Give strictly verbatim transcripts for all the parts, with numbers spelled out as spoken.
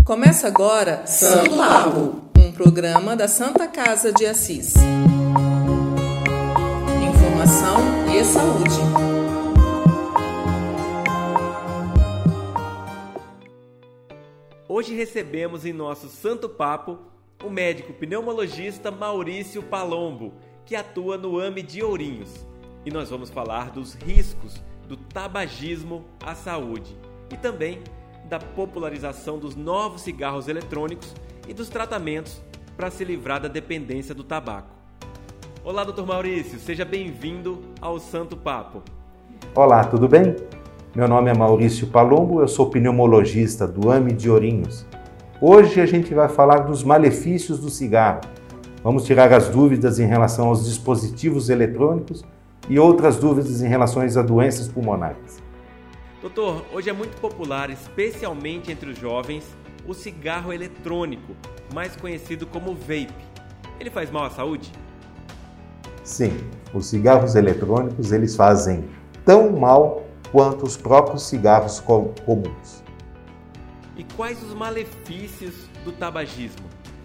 Começa agora Santo Papo, um programa da Santa Casa de Assis. Informação e saúde. Hoje recebemos em nosso Santo Papo o médico pneumologista Maurício Palombo, que atua no AME de Ourinhos. E nós vamos falar dos riscos do tabagismo à saúde e também da popularização dos novos cigarros eletrônicos e dos tratamentos para se livrar da dependência do tabaco. Olá, doutor Maurício, seja bem-vindo ao Santo Papo. Olá, tudo bem? Meu nome é Maurício Palombo, eu sou pneumologista do AME de Ourinhos. Hoje a gente vai falar dos malefícios do cigarro. Vamos tirar as dúvidas em relação aos dispositivos eletrônicos e outras dúvidas em relação a doenças pulmonares. Doutor, hoje é muito popular, especialmente entre os jovens, o cigarro eletrônico, mais conhecido como vape. Ele faz mal à saúde? Sim, os cigarros eletrônicos eles fazem tão mal quanto os próprios cigarros comuns. E quais os malefícios do tabagismo?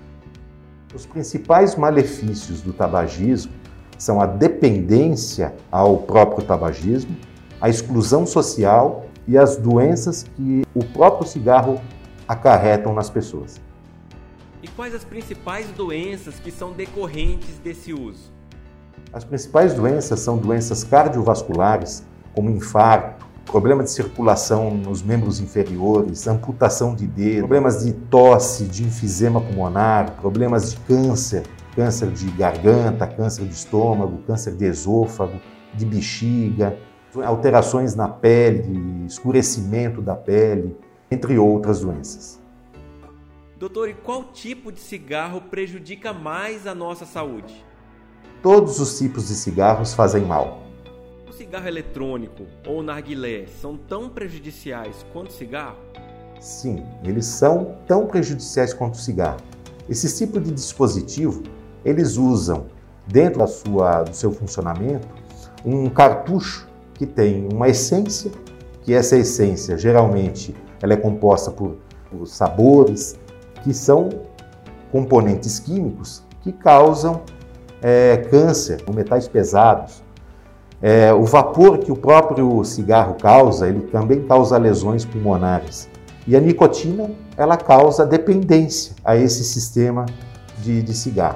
Os principais malefícios do tabagismo são a dependência ao próprio tabagismo, a exclusão social e as doenças que o próprio cigarro acarretam nas pessoas. E quais as principais doenças que são decorrentes desse uso? As principais doenças são doenças cardiovasculares, como infarto, problema de circulação nos membros inferiores, amputação de dedo, problemas de tosse, de enfisema pulmonar, problemas de câncer, câncer de garganta, câncer de estômago, câncer de esôfago, de bexiga, alterações na pele, escurecimento da pele, entre outras doenças. Doutor, e qual tipo de cigarro prejudica mais a nossa saúde? Todos os tipos de cigarros fazem mal. O cigarro eletrônico ou o narguilé são tão prejudiciais quanto o cigarro? Sim, eles são tão prejudiciais quanto o cigarro. Esse tipo de dispositivo, eles usam, dentro da sua, do seu funcionamento, um cartucho que tem uma essência, que essa essência geralmente ela é composta por, por sabores, que são componentes químicos que causam é, câncer, ou metais pesados. É, o vapor que o próprio cigarro causa, ele também causa lesões pulmonares. E a nicotina, ela causa dependência a esse sistema de, de cigarro.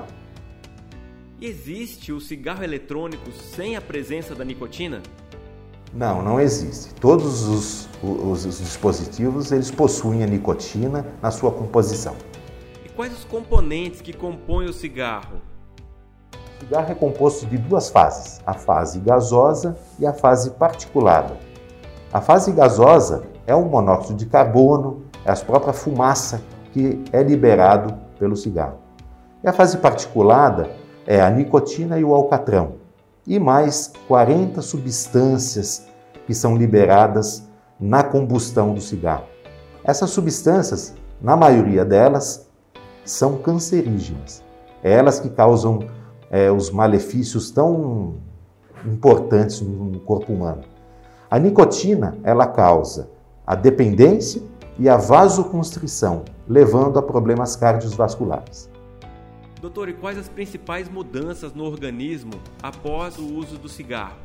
Existe o cigarro eletrônico sem a presença da nicotina? Não, não existe. Todos os, os, os dispositivos, eles possuem a nicotina na sua composição. E quais os componentes que compõem o cigarro? O cigarro é composto de duas fases, a fase gasosa e a fase particulada. A fase gasosa é o monóxido de carbono, é a própria fumaça que é liberado pelo cigarro. E a fase particulada é a nicotina e o alcatrão, e mais quarenta substâncias que são liberadas na combustão do cigarro. Essas substâncias, na maioria delas, são cancerígenas. É elas que causam é, os malefícios tão importantes no corpo humano. A nicotina, ela causa a dependência e a vasoconstrição, levando a problemas cardiovasculares. Doutor, e quais as principais mudanças no organismo após o uso do cigarro?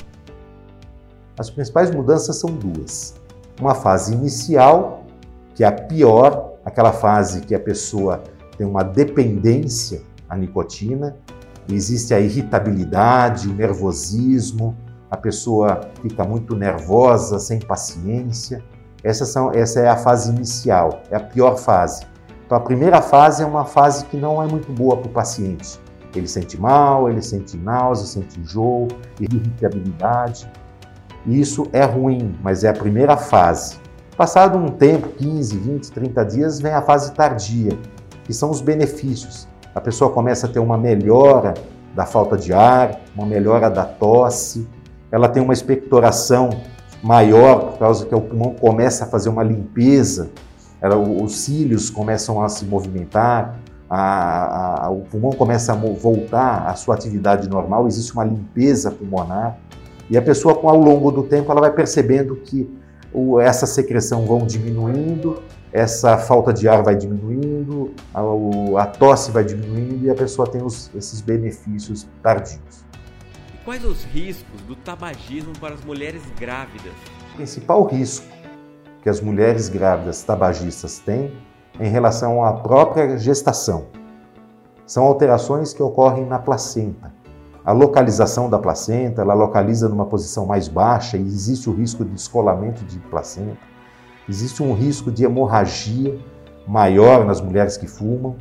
As principais mudanças são duas. Uma fase inicial, que é a pior, aquela fase que a pessoa tem uma dependência à nicotina, existe a irritabilidade, o nervosismo, a pessoa fica muito nervosa, sem paciência. Essa, são, essa é a fase inicial, é a pior fase. Então, a primeira fase é uma fase que não é muito boa para o paciente. Ele sente mal, ele sente náusea, sente enjoo, irritabilidade. Isso é ruim, mas é a primeira fase. Passado um tempo, quinze, vinte, trinta dias, vem a fase tardia, que são os benefícios. A pessoa começa a ter uma melhora da falta de ar, uma melhora da tosse, ela tem uma expectoração maior, por causa que o pulmão começa a fazer uma limpeza, ela, os cílios começam a se movimentar, a, a, o pulmão começa a voltar à sua atividade normal, existe uma limpeza pulmonar, e a pessoa, ao longo do tempo, ela vai percebendo que essa secreção vão diminuindo, essa falta de ar vai diminuindo, a, a tosse vai diminuindo e a pessoa tem os, esses benefícios tardios. E quais os riscos do tabagismo para as mulheres grávidas? O principal risco que as mulheres grávidas tabagistas têm é em relação à própria gestação. São alterações que ocorrem na placenta. A localização da placenta, ela localiza numa posição mais baixa e existe o risco de descolamento de placenta. Existe um risco de hemorragia maior nas mulheres que fumam.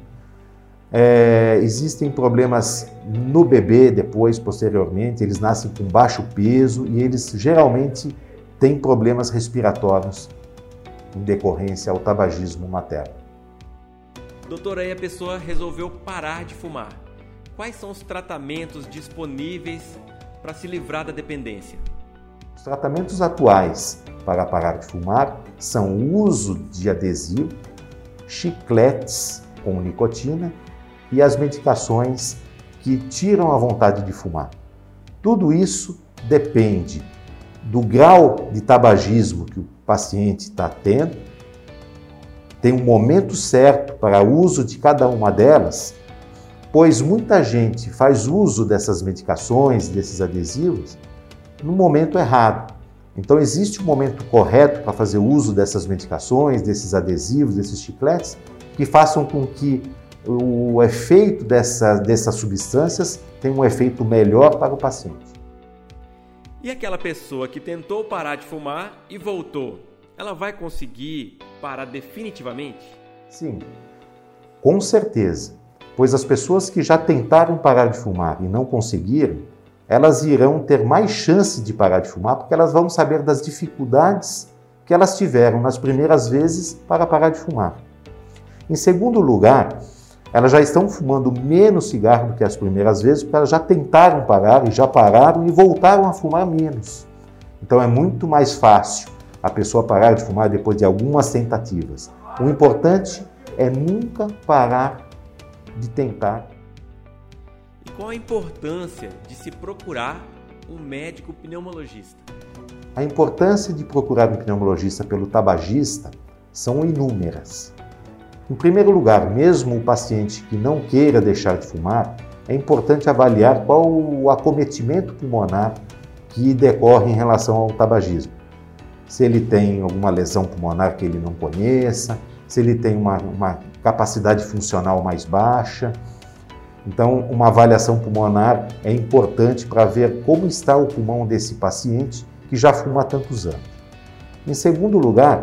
É, existem problemas no bebê depois, posteriormente, eles nascem com baixo peso e eles geralmente têm problemas respiratórios em decorrência ao tabagismo materno. Doutora, aí a pessoa resolveu parar de fumar. Quais são os tratamentos disponíveis para se livrar da dependência? Os tratamentos atuais para parar de fumar são o uso de adesivo, chicletes com nicotina e as medicações que tiram a vontade de fumar. Tudo isso depende do grau de tabagismo que o paciente está tendo, tem um momento certo para o uso de cada uma delas, pois muita gente faz uso dessas medicações, desses adesivos, no momento errado. Então existe um momento correto para fazer uso dessas medicações, desses adesivos, desses chicletes, que façam com que o efeito dessa, dessas substâncias tenha um efeito melhor para o paciente. E aquela pessoa que tentou parar de fumar e voltou, ela vai conseguir parar definitivamente? Sim, com certeza. Pois as pessoas que já tentaram parar de fumar e não conseguiram, elas irão ter mais chance de parar de fumar porque elas vão saber das dificuldades que elas tiveram nas primeiras vezes para parar de fumar. Em segundo lugar, elas já estão fumando menos cigarro do que as primeiras vezes porque elas já tentaram parar e já pararam e voltaram a fumar menos. Então é muito mais fácil a pessoa parar de fumar depois de algumas tentativas. O importante é nunca parar de tentar. E qual a importância de se procurar um médico pneumologista? A importância de procurar um pneumologista pelo tabagista são inúmeras. Em primeiro lugar, mesmo o paciente que não queira deixar de fumar, é importante avaliar qual o acometimento pulmonar que decorre em relação ao tabagismo. Se ele tem alguma lesão pulmonar que ele não conheça, se ele tem uma, uma capacidade funcional mais baixa. Então, uma avaliação pulmonar é importante para ver como está o pulmão desse paciente que já fuma há tantos anos. Em segundo lugar,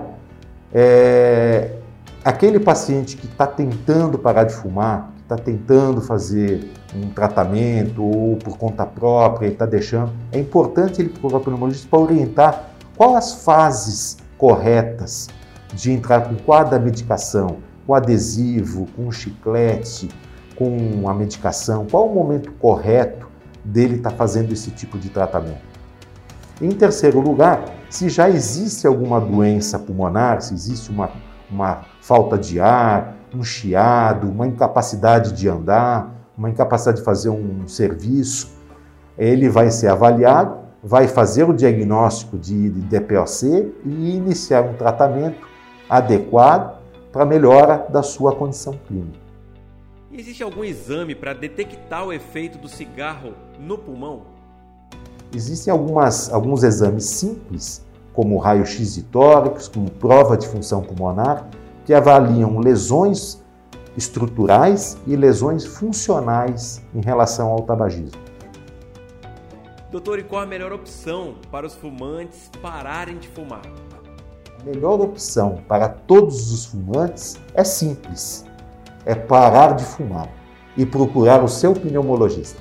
é, aquele paciente que está tentando parar de fumar, que está tentando fazer um tratamento ou por conta própria, ele está deixando, é importante ele procurar o pneumologista para orientar quais as fases corretas de entrar com cada medicação, com adesivo, com chiclete, com a medicação, qual o momento correto dele estar fazendo esse tipo de tratamento. Em terceiro lugar, se já existe alguma doença pulmonar, se existe uma, uma falta de ar, um chiado, uma incapacidade de andar, uma incapacidade de fazer um serviço, ele vai ser avaliado, vai fazer o diagnóstico de D P O C e iniciar um tratamento adequado para a melhora da sua condição clínica. Existe algum exame para detectar o efeito do cigarro no pulmão? Existem algumas, alguns exames simples, como o raio-x de tórax, como prova de função pulmonar, que avaliam lesões estruturais e lesões funcionais em relação ao tabagismo. Doutor, e qual a melhor opção para os fumantes pararem de fumar? A melhor opção para todos os fumantes é simples, é parar de fumar e procurar o seu pneumologista.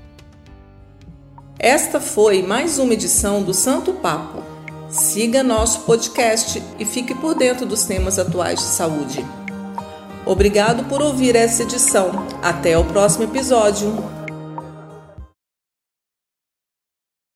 Esta foi mais uma edição do Santo Papo. Siga nosso podcast e fique por dentro dos temas atuais de saúde. Obrigado por ouvir essa edição. Até o próximo episódio.